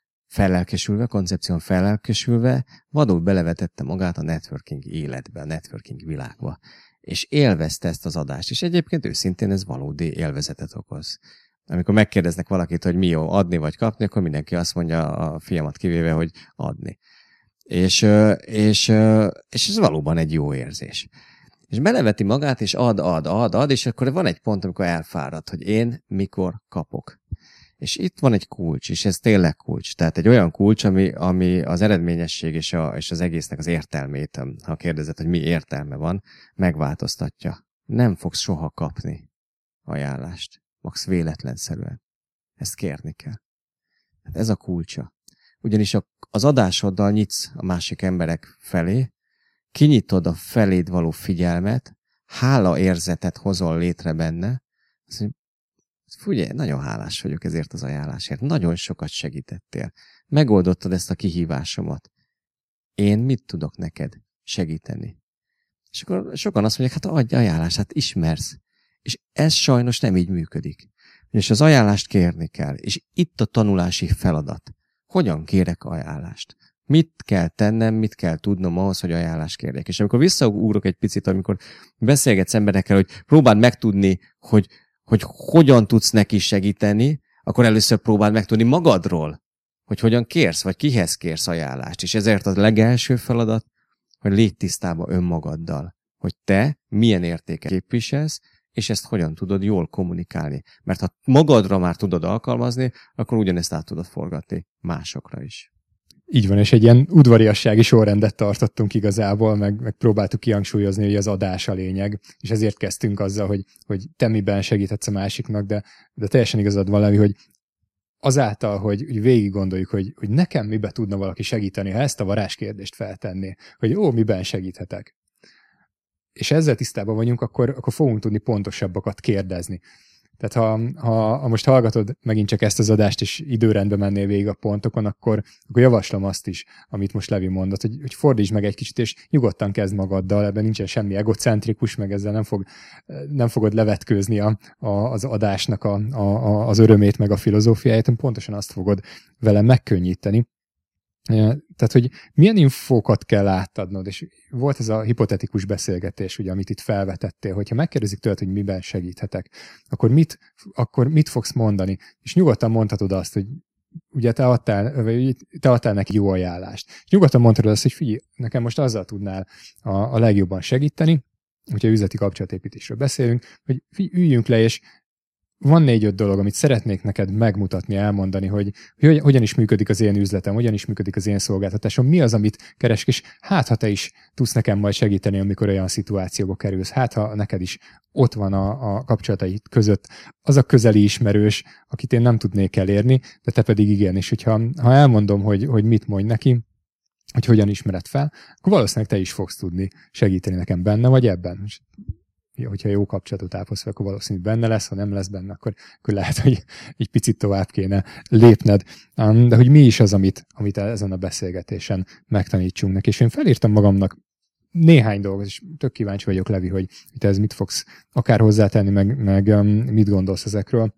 felelkesülve, vadul belevetette magát a networking életbe, a networking világba. És élvezte ezt az adást. És egyébként őszintén ez valódi élvezetet okoz. Amikor megkérdeznek valakit, hogy mi jó, adni vagy kapni, akkor mindenki azt mondja, a fiamat kivéve, hogy adni. És ez valóban egy jó érzés. És beleveti magát, és ad, és akkor van egy pont, amikor elfárad, hogy én mikor kapok. És itt van egy kulcs, és ez tényleg kulcs. Tehát egy olyan kulcs, ami az eredményesség és az egésznek az értelmét, ha kérdezed, hogy mi értelme van, megváltoztatja. Nem fogsz soha kapni ajánlást. Max véletlenszerűen. Ezt kérni kell. Hát ez a kulcsa. Ugyanis az adásoddal nyitsz a másik emberek felé, kinyitod a feléd való figyelmet, hálaérzetet hozol létre benne, azt mondja, figyelj, nagyon hálás vagyok ezért az ajánlásért. Nagyon sokat segítettél. Megoldottad ezt a kihívásomat. Én mit tudok neked segíteni? És akkor sokan azt mondják, hát adj ajánlást, hát ismersz. És ez sajnos nem így működik. És az ajánlást kérni kell. És itt a tanulási feladat. Hogyan kérek ajánlást? Mit kell tennem, mit kell tudnom ahhoz, hogy ajánlást kérjek? És amikor visszaugrok egy picit, amikor beszélgetsz emberekkel, hogy próbáld megtudni, hogy hogyan tudsz neki segíteni, akkor először próbáld megtudni magadról, hogy hogyan kérsz, vagy kihez kérsz ajánlást. És ezért a legelső feladat, hogy légy tisztában önmagaddal, hogy te milyen értéket képviselsz, és ezt hogyan tudod jól kommunikálni. Mert ha magadra már tudod alkalmazni, akkor ugyanezt át tudod forgatni másokra is. Így van, és egy ilyen udvariassági sorrendet tartottunk igazából, meg próbáltuk kihangsúlyozni, hogy az adás a lényeg, és ezért kezdtünk azzal, hogy te miben segíthetsz a másiknak, de teljesen igazad valami, hogy azáltal, hogy végig gondoljuk, hogy nekem miben tudna valaki segíteni, ha ezt a varázskérdést feltenné, hogy miben segíthetek. És ezzel tisztában vagyunk, akkor fogunk tudni pontosabbakat kérdezni. Tehát ha most hallgatod megint csak ezt az adást, és időrendbe mennél végig a pontokon, akkor javaslom azt is, amit most Levi mondott, hogy fordítsd meg egy kicsit, és nyugodtan kezd magaddal, ebben nincsen semmi egocentrikus, meg ezzel nem fogod levetkőzni az adásnak az örömét, meg a filozófiáját, hanem pontosan azt fogod vele megkönnyíteni. Tehát, hogy milyen infókat kell átadnod, és volt ez a hipotetikus beszélgetés, ugye, amit itt felvetettél, hogyha megkérdezik tőled, hogy miben segíthetek, akkor mit fogsz mondani? És nyugodtan mondhatod azt, hogy ugye te adtál neki jó ajánlást. És nyugodtan mondhatod azt, hogy figyelj, nekem most azzal tudnál a legjobban segíteni, hogyha üzleti kapcsolatépítésről beszélünk, hogy üljünk le, és van 4-5 dolog, amit szeretnék neked megmutatni, elmondani, hogy hogyan is működik az én üzletem, hogyan is működik az én szolgáltatásom, mi az, amit keresek, és ha te is tudsz nekem majd segíteni, amikor olyan szituációba kerülsz, ha neked is ott van a kapcsolataid között az a közeli ismerős, akit én nem tudnék elérni, de te pedig igen, és ha elmondom, hogy mit mondj neki, hogy hogyan ismered fel, akkor valószínűleg te is fogsz tudni segíteni nekem benne, vagy ebben. Hogyha jó kapcsolatot ápolsz, akkor valószínűleg benne lesz, ha nem lesz benne, akkor lehet, hogy egy picit tovább kéne lépned. De hogy mi is az, amit ezen a beszélgetésen megtanítsunk neki. És én felírtam magamnak néhány dolgot, és tök kíváncsi vagyok, Levi, hogy te ez mit fogsz akár hozzátenni, meg mit gondolsz ezekről.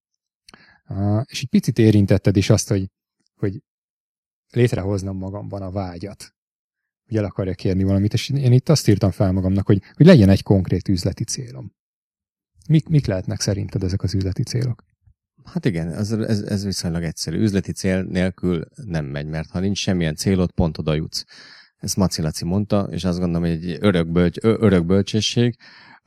És egy picit érintetted is azt, hogy létrehoznom magamban a vágyat, hogy el akarja kérni valamit, és én itt azt írtam fel magamnak, hogy legyen egy konkrét üzleti célom. Mik lehetnek szerinted ezek az üzleti célok? Hát igen, ez viszonylag egyszerű. Üzleti cél nélkül nem megy, mert ha nincs semmilyen célod, pont oda jutsz. Ezt Maci Laci mondta, és azt gondolom, hogy egy örök bölcsesség.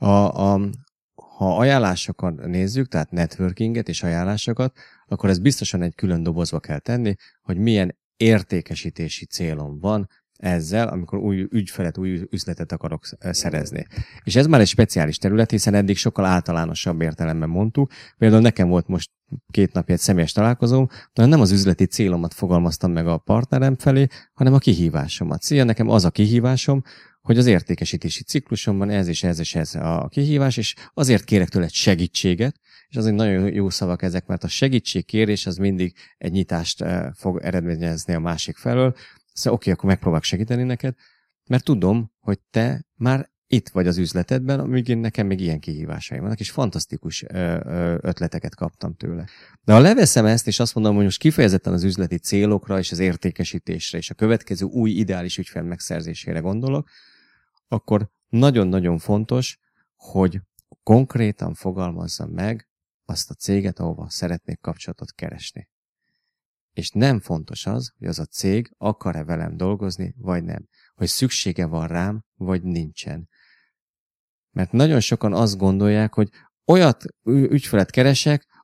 Ha ajánlásokat nézzük, tehát networkinget és ajánlásokat, akkor ez biztosan egy külön dobozba kell tenni, hogy milyen értékesítési célom van ezzel, amikor új ügyfelet, új üzletet akarok szerezni. És ez már egy speciális terület, hiszen eddig sokkal általánosabb értelemben mondtuk. Például nekem volt most 2 napja egy személyes találkozóm, de nem az üzleti célomat fogalmaztam meg a partnerem felé, hanem a kihívásomat. Szia, nekem az a kihívásom, hogy az értékesítési ciklusomban ez és ez és ez a kihívás, és azért kérek tőle segítséget, és azért nagyon jó szavak ezek, mert a segítségkérés az mindig egy nyitást fog eredményezni a másik felől. Szóval oké, akkor megpróbálok segíteni neked, mert tudom, hogy te már itt vagy az üzletedben, amíg nekem még ilyen kihívásaim vannak, és fantasztikus ötleteket kaptam tőle. De ha leveszem ezt, és azt mondom, hogy most kifejezetten az üzleti célokra és az értékesítésre és a következő új ideális ügyfél megszerzésére gondolok, akkor nagyon-nagyon fontos, hogy konkrétan fogalmazzam meg azt a céget, ahova szeretnék kapcsolatot keresni. És nem fontos az, hogy az a cég akar-e velem dolgozni, vagy nem. Hogy szüksége van rám, vagy nincsen. Mert nagyon sokan azt gondolják, hogy olyat ügyfelet keresek,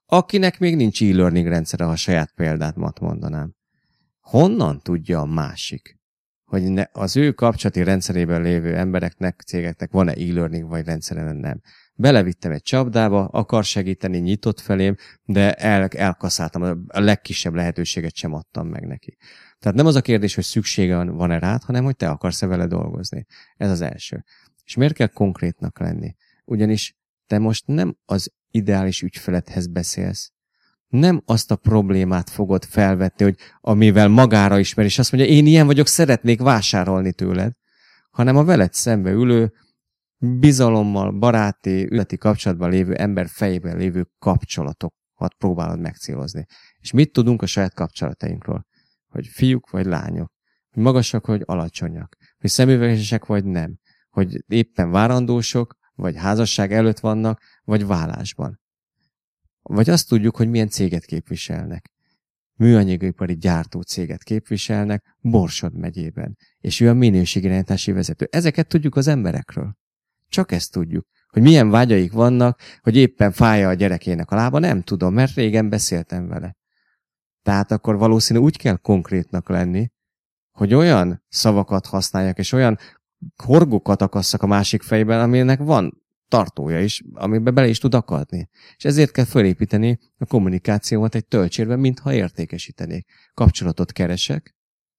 akinek még nincs e-learning rendszere, ha a saját példámat mondanám. Honnan tudja a másik, hogy az ő kapcsolati rendszerében lévő embereknek, cégeknek van-e e-learning vagy rendszere, nem? Belevittem egy csapdába, akar segíteni, nyitott felém, de elkaszáltam, a legkisebb lehetőséget sem adtam meg neki. Tehát nem az a kérdés, hogy szüksége van-e rád, hanem hogy te akarsz-e vele dolgozni. Ez az első. És miért kell konkrétnak lenni? Ugyanis te most nem az ideális ügyfeledhez beszélsz, nem azt a problémát fogod felvetni, hogy amivel magára ismer, és azt mondja, én ilyen vagyok, szeretnék vásárolni tőled, hanem a veled szembe ülő, bizalommal, baráti, üzleti kapcsolatban lévő ember fejében lévő kapcsolatokat próbálod megcélozni. És mit tudunk a saját kapcsolatainkról? Hogy fiúk vagy lányok, hogy magasak vagy alacsonyak, hogy szemüvegesek vagy nem, hogy éppen várandósok, vagy házasság előtt vannak, vagy vállásban. Vagy azt tudjuk, hogy milyen céget képviselnek. Műanyagipari gyártó céget képviselnek Borsod megyében, és ő a minőségirányítási vezető. Ezeket tudjuk az emberekről. Csak ezt tudjuk. Hogy milyen vágyaik vannak, hogy éppen fájja a gyerekének a lába, nem tudom, mert régen beszéltem vele. Tehát akkor valószínű úgy kell konkrétnak lenni, hogy olyan szavakat használjak, és olyan horgokat akasszak a másik fejben, aminek van tartója is, amiben bele is tud akadni. És ezért kell felépíteni a kommunikációmat egy töltsérben, mintha értékesítenék. Kapcsolatot keresek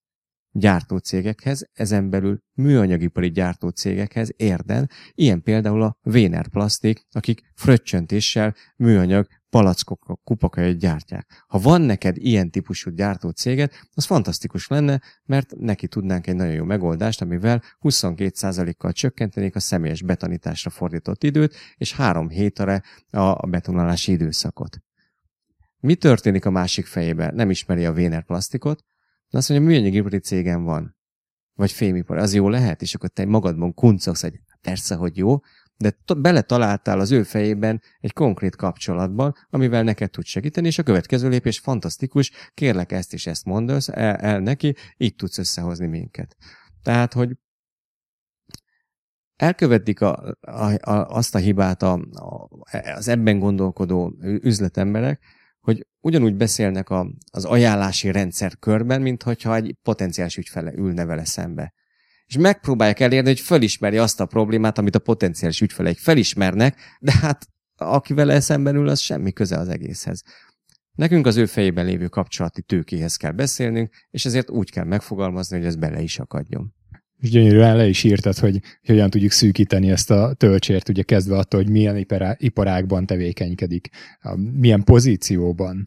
gyártócégekhez, ezen belül műanyagipari gyártócégekhez Érden, ilyen például a Véner Plastik, akik fröccsöntéssel műanyag palackok, kupakait gyártják. Ha van neked ilyen típusú gyártócéget, az fantasztikus lenne, mert neki tudnánk egy nagyon jó megoldást, amivel 22%-kal csökkentenék a személyes betanításra fordított időt, és 3 hétre a betonálási időszakot. Mi történik a másik fejében? Nem ismeri a Véner Plastikot, de azt mondja, műanyagipari cégem van, vagy fémipar, az jó lehet, és akkor te magadban kuncogsz, hogy persze, hogy jó, de beletaláltál az ő fejében egy konkrét kapcsolatban, amivel neked tud segíteni, és a következő lépés fantasztikus, kérlek ezt és ezt mondd el neki, így tudsz összehozni minket. Tehát, hogy elkövetik azt a hibát az ebben gondolkodó üzletemberek, hogy ugyanúgy beszélnek az ajánlási rendszer körben, mint hogyha egy potenciális ügyfele ülne vele szembe. És megpróbálják elérni, hogy felismerje azt a problémát, amit a potenciális ügyfeleik felismernek, de hát aki vele szemben ül, az semmi köze az egészhez. Nekünk az ő fejében lévő kapcsolati tőkéhez kell beszélnünk, és ezért úgy kell megfogalmazni, hogy ez bele is akadjon. És gyönyörűen le is írtad, hogy hogyan tudjuk szűkíteni ezt a töltsért, ugye kezdve attól, hogy milyen iparágban tevékenykedik, milyen pozícióban,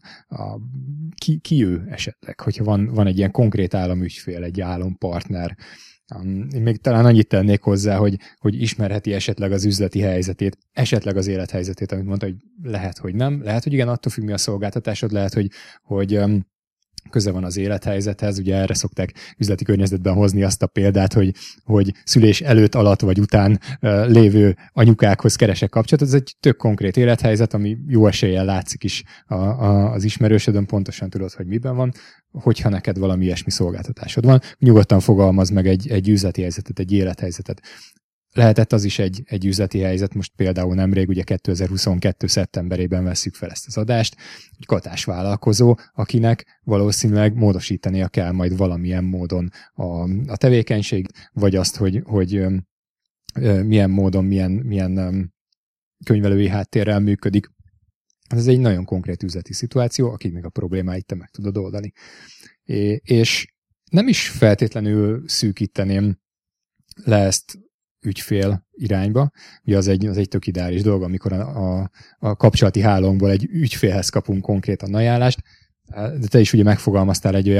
ki ő esetleg, hogyha van egy ilyen konkrét államügyfél, egy állampartner. Én még talán annyit tennék hozzá, hogy ismerheti esetleg az üzleti helyzetét, esetleg az élethelyzetét, amit mondta, hogy lehet, hogy nem, lehet, hogy igen, attól függ, mi a szolgáltatásod, lehet, hogy köze van az élethelyzethez, ugye erre szokták üzleti környezetben hozni azt a példát, hogy szülés előtt, alatt vagy után lévő anyukákhoz keresek kapcsolatot. Ez egy tök konkrét élethelyzet, ami jó eséllyel látszik is az ismerősödön, pontosan tudod, hogy miben van, hogyha neked valami ilyesmi szolgáltatásod van. Nyugodtan fogalmazd meg egy üzleti helyzetet, egy élethelyzetet. Lehetett az is egy üzleti helyzet, most például nemrég, ugye 2022. szeptemberében vesszük fel ezt az adást, egy katásvállalkozó, akinek valószínűleg módosítania kell majd valamilyen módon a tevékenység, vagy azt, hogy milyen módon, milyen könyvelői háttérrel működik. Ez egy nagyon konkrét üzleti szituáció, akiknek a problémáit te meg tudod oldani. És nem is feltétlenül szűkíteném le ezt ügyfél irányba. Ugye az egy tök ideális dolog, amikor a kapcsolati hálónkból egy ügyfélhez kapunk konkrétan ajánlást, de te is ugye megfogalmaztál egy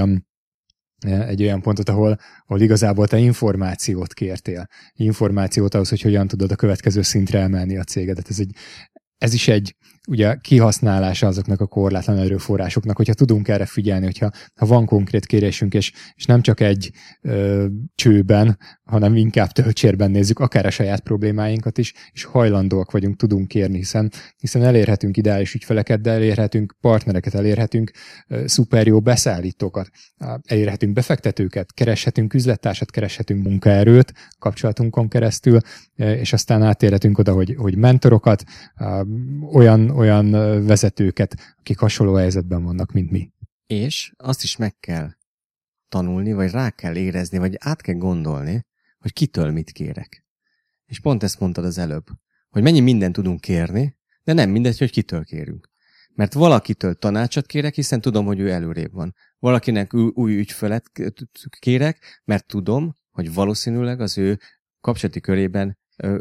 olyan pontot, ahol igazából te információt kértél. Információt ahhoz, hogy hogyan tudod a következő szintre emelni a cégedet. Ez is egy ugye kihasználása azoknak a korlátlan erőforrásoknak, hogyha tudunk erre figyelni, hogyha van konkrét kérésünk, és nem csak egy csőben, hanem inkább töltsérben nézzük, akár a saját problémáinkat is, és hajlandóak vagyunk, tudunk kérni, hiszen elérhetünk ideális ügyfeleket, de elérhetünk partnereket, elérhetünk szuper jó beszállítókat, elérhetünk befektetőket, kereshetünk üzlettársat, kereshetünk munkaerőt kapcsolatunkon keresztül, és aztán átérhetünk oda, hogy mentorokat, olyan olyan vezetőket, akik hasonló helyzetben vannak, mint mi. És azt is meg kell tanulni, vagy rá kell érezni, vagy át kell gondolni, hogy kitől mit kérek. És pont ezt mondtad az előbb, hogy mennyi mindent tudunk kérni, de nem mindegy, hogy kitől kérünk. Mert valakitől tanácsot kérek, hiszen tudom, hogy ő előrébb van. Valakinek új ügyfelet kérek, mert tudom, hogy valószínűleg az ő kapcsolati körében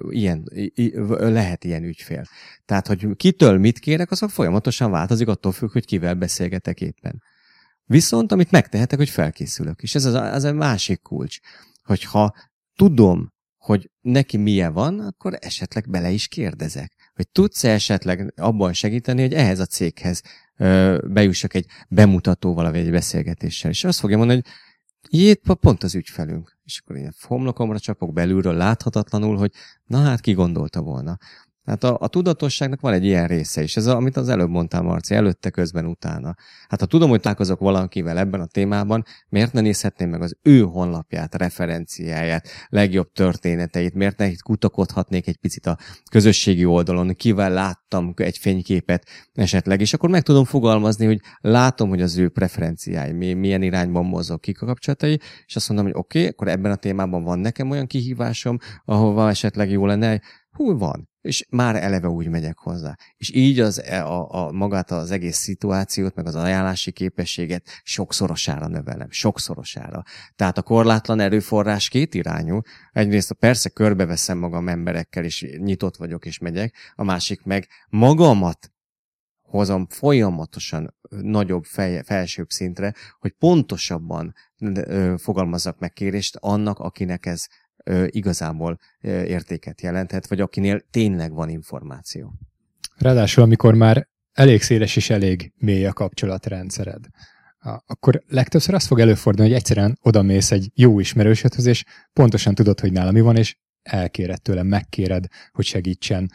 lehet ilyen ügyfél. Tehát, hogy kitől mit kérek, az folyamatosan változik, attól függ, hogy kivel beszélgetek éppen. Viszont, amit megtehetek, hogy felkészülök. És ez az a másik kulcs, hogyha tudom, hogy neki milyen van, akkor esetleg bele is kérdezek. Hogy tudsz-e esetleg abban segíteni, hogy ehhez a céghez bejussak egy bemutatóval, vagy egy beszélgetéssel. És azt fogja mondani, hogy itt pont az ügyfelünk. És akkor én homlokomra csapok belülről láthatatlanul, hogy na hát ki gondolta volna. Hát a tudatosságnak van egy ilyen része is. Ez amit az előbb mondtál, Marci, előtte, közben, utána. Hát ha tudom, hogy találkozok valakivel ebben a témában, miért ne nézhetném meg az ő honlapját, referenciáját, legjobb történeteit, miért ne kutakodhatnék egy picit a közösségi oldalon, kivel láttam egy fényképet esetleg, és akkor meg tudom fogalmazni, hogy látom, hogy az ő preferenciái, milyen irányban mozog, kik a kapcsolatai, és azt mondom, hogy oké, akkor ebben a témában van nekem olyan kihívásom, ahova esetleg jó lenne, van. És már eleve úgy megyek hozzá. És így magát az egész szituációt, meg az ajánlási képességet sokszorosára növelem. Sokszorosára. Tehát a korlátlan erőforrás kétirányú. Egyrészt persze körbeveszem magam emberekkel, és nyitott vagyok, és megyek. A másik meg magamat hozom folyamatosan nagyobb, felsőbb szintre, hogy pontosabban fogalmazzak meg kérést annak, akinek ez igazából értéket jelenthet, vagy akinél tényleg van információ. Ráadásul, amikor már elég széles és elég mély a kapcsolatrendszered, akkor legtöbbször azt fog előfordulni, hogy egyszerűen odamész egy jó ismerősödhöz, és pontosan tudod, hogy nála mi van, és elkéred tőle, megkéred, hogy segítsen.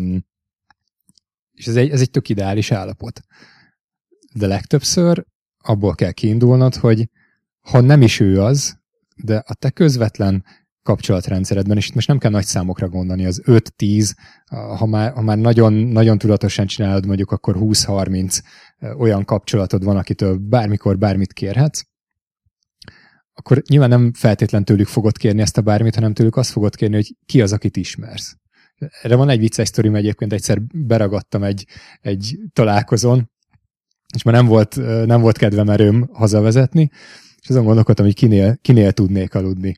És ez egy tök ideális állapot. De legtöbbször abból kell kiindulnod, hogy ha nem is ő az, de a te közvetlen kapcsolatrendszeredben, és itt most nem kell nagy számokra gondolni, az 5-10, ha már nagyon, nagyon tudatosan csinálod, mondjuk akkor 20-30 olyan kapcsolatod van, akitől bármikor bármit kérhetsz, akkor nyilván nem feltétlen tőlük fogod kérni ezt a bármit, hanem tőlük azt fogod kérni, hogy ki az, akit ismersz. Erre van egy vicces sztorim, egyébként egyszer beragadtam egy találkozón, és már nem volt kedvem, erőm hazavezetni, és azon gondolkodtam, hogy kinél tudnék aludni.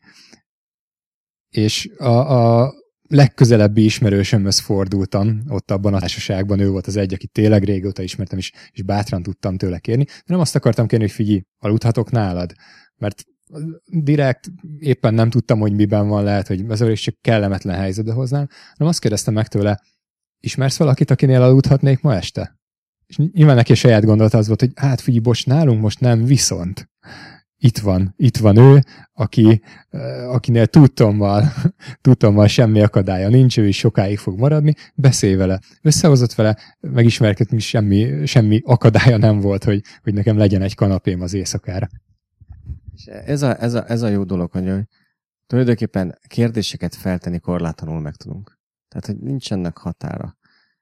És a legközelebbi ismerősömhöz fordultam, ott abban a társaságban, ő volt az egy, aki tényleg régóta ismertem, és bátran tudtam tőle kérni. De nem azt akartam kérni, hogy figyelj, aludhatok nálad, mert direkt éppen nem tudtam, hogy miben van, lehet, hogy ez is csak kellemetlen helyzetbe hoznám, hanem azt kérdeztem meg tőle, ismersz valakit, akinél aludhatnék ma este? És nyilván neki a saját gondolata az volt, hogy hát figyelj, bocs, nálunk most nem, viszont itt van ő, akinél tudtommal semmi akadálya nincs, ő is sokáig fog maradni, beszélj vele. Összehozott vele, megismerkedni, semmi akadálya nem volt, hogy nekem legyen egy kanapém az éjszakára. És ez a jó dolog, hogy tulajdonképpen kérdéseket feltenni korlátlanul meg tudunk. Tehát, hogy nincsenek határa.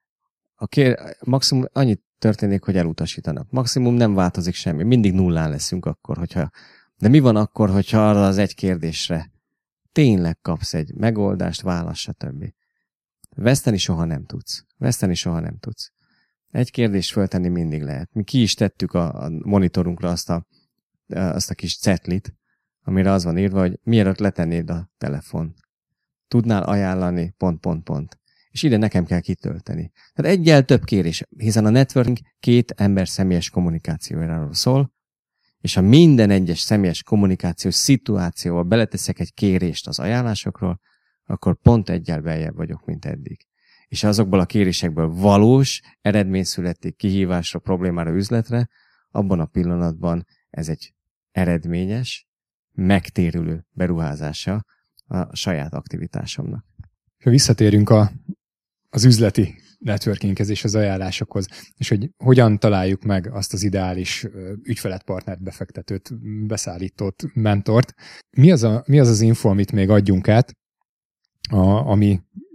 Maximum annyit történik, hogy elutasítanak. Maximum nem változik semmi. Mindig nullán leszünk akkor, de mi van akkor, hogyha arra az egy kérdésre tényleg kapsz egy megoldást, válasz, stb. Veszteni soha nem tudsz. Egy kérdést föltenni mindig lehet. Mi ki is tettük a monitorunkra azt a kis cetlit, amire az van írva, hogy mielőtt letennéd a telefon. Tudnál ajánlani ... És ide nekem kell kitölteni. Tehát egyel több kérés, hiszen a networking 2 ember személyes kommunikációjáról szól, és ha minden egyes személyes kommunikációs szituációval beleteszek egy kérést az ajánlásokról, akkor pont egyel beljebb vagyok, mint eddig. És azokból a kérésekből valós eredmény születik kihívásra, problémára, üzletre, abban a pillanatban ez egy eredményes, megtérülő beruházása a saját aktivitásomnak. Ha visszatérünk az üzleti networkinghez és az ajánlásokhoz, és hogy hogyan találjuk meg azt az ideális ügyfelet, partnert, befektetőt, beszállítót, mentort. Mi az az info, amit még adjunk át, ami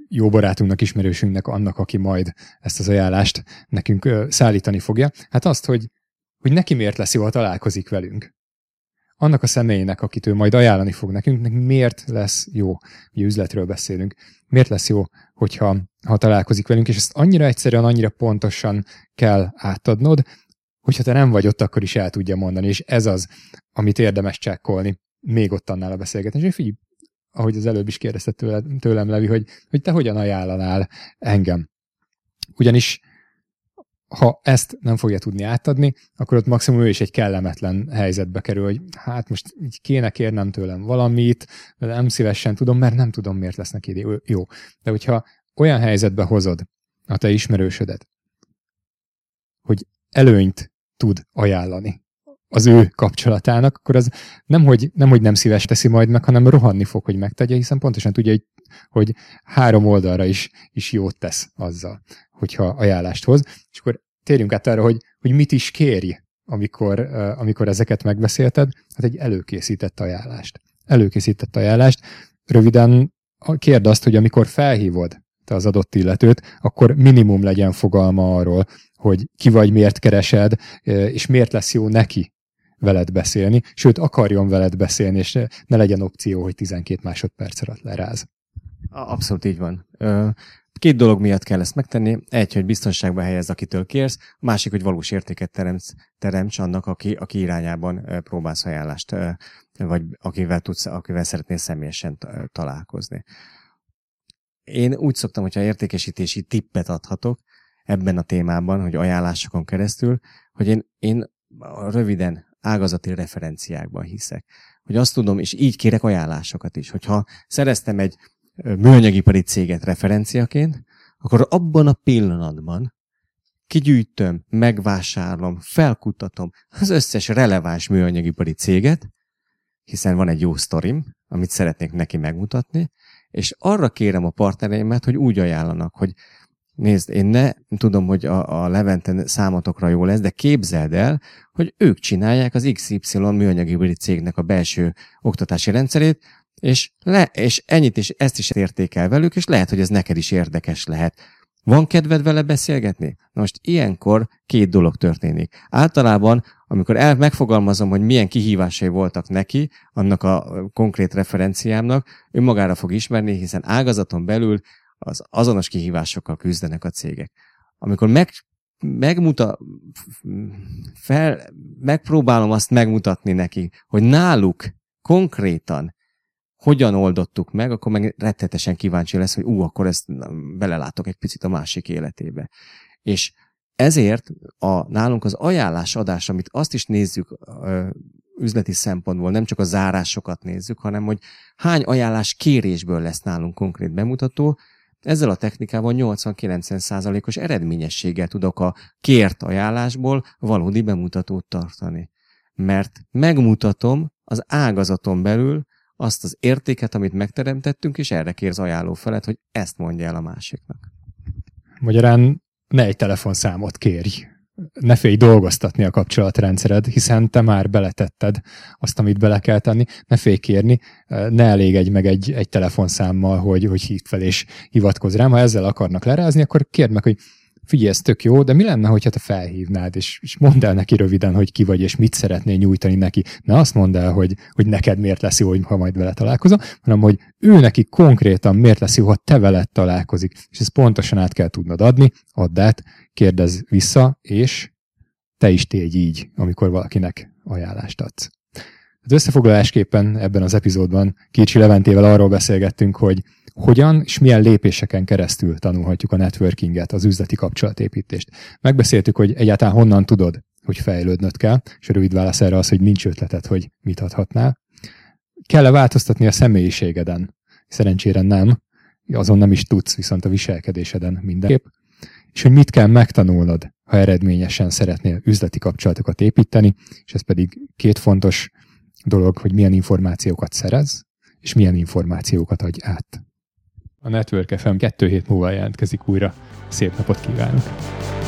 jó barátunknak, ismerősünknek, annak, aki majd ezt az ajánlást nekünk szállítani fogja? Hát azt, hogy neki miért lesz jó, ha találkozik velünk. Annak a személynek, akit ő majd ajánlani fog nekünk, miért lesz jó, hogy üzletről beszélünk, miért lesz jó, hogyha találkozik velünk, és ezt annyira egyszerűen, annyira pontosan kell átadnod, hogyha te nem vagy ott, akkor is el tudja mondani, és ez az, amit érdemes csekkolni, még ott annál a beszélgetés. És figyelj, ahogy az előbb is kérdezted tőlem, Levi, hogy te hogyan ajánlanál engem. Ugyanis ha ezt nem fogja tudni átadni, akkor ott maximum ő is egy kellemetlen helyzetbe kerül, hogy hát most így kéne kérnem tőlem valamit, de nem szívesen tudom, mert nem tudom, miért lesz neki jó. De hogyha olyan helyzetbe hozod a te ismerősödet, hogy előnyt tud ajánlani az ő kapcsolatának, akkor az nemhogy nem szíves teszi majd meg, hanem rohanni fog, hogy megtegye, hiszen pontosan tudja, hogy 3 oldalra is jót tesz azzal, hogyha ajánlást hoz. És akkor térjünk át arra, hogy mit is kérj, amikor ezeket megbeszélted, hát egy előkészített ajánlást. Röviden kérd azt, hogy amikor felhívod te az adott illetőt, akkor minimum legyen fogalma arról, hogy ki vagy, miért keresed, és miért lesz jó neki veled beszélni, sőt, akarjon veled beszélni, és ne legyen opció, hogy 12 másodperc alatt leráz. Abszolút így van. 2 dolog miatt kell ezt megtenni. Egy, hogy biztonságban helyez, akitől kérsz, a másik, hogy valós értéket teremts annak, aki irányában próbálsz ajánlást, vagy akivel szeretnél személyesen találkozni. Én úgy szoktam, hogyha értékesítési tippet adhatok ebben a témában, hogy ajánlásokon keresztül, hogy én röviden ágazati referenciákban hiszek. Hogy azt tudom, és így kérek ajánlásokat is, hogyha szereztem egy műanyagipari céget referenciaként, akkor abban a pillanatban kigyűjtöm, megvásárolom, felkutatom az összes releváns műanyagipari céget, hiszen van egy jó sztorim, amit szeretnék neki megmutatni, és arra kérem a partnereimet, hogy úgy ajánlanak, hogy nézd, én tudom, hogy a Leventen számotokra jó lesz, de képzeld el, hogy ők csinálják az XY műanyagipari cégnek a belső oktatási rendszerét, és ennyit is, ezt is értékel velük, és lehet, hogy ez neked is érdekes lehet. Van kedved vele beszélgetni? Na most ilyenkor 2 dolog történik. Általában, amikor megfogalmazom, hogy milyen kihívásai voltak neki, annak a konkrét referenciámnak, ő magára fog ismerni, hiszen ágazaton belül az azonos kihívásokkal küzdenek a cégek. Amikor megpróbálom azt megmutatni neki, hogy náluk konkrétan hogyan oldottuk meg, akkor meg rettetesen kíváncsi lesz, hogy akkor ezt belelátok egy picit a másik életébe. És ezért nálunk az ajánlásadás, amit azt is nézzük üzleti szempontból, nem csak a zárásokat nézzük, hanem hogy hány ajánlás kérésből lesz nálunk konkrét bemutató, ezzel a technikával 80-90%-os eredményességgel tudok a kért ajánlásból valódi bemutatót tartani. Mert megmutatom az ágazaton belül azt az értéket, amit megteremtettünk, és erre kérsz ajánló felet, hogy ezt mondja el a másiknak. Magyarán ne egy telefonszámot kérj. Ne félj dolgoztatni a kapcsolatrendszered, hiszen te már beletetted azt, amit bele kell tenni. Ne félj kérni, ne elégedj meg egy telefonszámmal, hogy hívd fel és hivatkozz rám. Ha ezzel akarnak lerázni, akkor kérd meg, hogy figyelj, ez tök jó, de mi lenne, hogyha te felhívnád, és mondd el neki röviden, hogy ki vagy, és mit szeretnél nyújtani neki. Ne azt mondd el, hogy neked miért lesz jó, ha majd vele találkozol, hanem hogy ő neki konkrétan miért lesz jó, ha te veled találkozik. És ezt pontosan át kell tudnod adni, add át, kérdezz vissza, és te is tégy így, amikor valakinek ajánlást adsz. Az összefoglalásképpen ebben az epizódban Kircsi Leventével arról beszélgettünk, hogy hogyan és milyen lépéseken keresztül tanulhatjuk a networkinget, az üzleti kapcsolatépítést. Megbeszéltük, hogy egyáltalán honnan tudod, hogy fejlődnöd kell, és a rövid válasz erre az, hogy nincs ötleted, hogy mit adhatnál. Kell-e változtatni a személyiségeden? Szerencsére nem, azon nem is tudsz, viszont a viselkedéseden mindenképp. És hogy mit kell megtanulnod, ha eredményesen szeretnél üzleti kapcsolatokat építeni, és ez pedig 2 fontos dolog, hogy milyen információkat szerez, és milyen információkat adj át. A Network FM 2 hét múlva jelentkezik újra. Szép napot kívánok!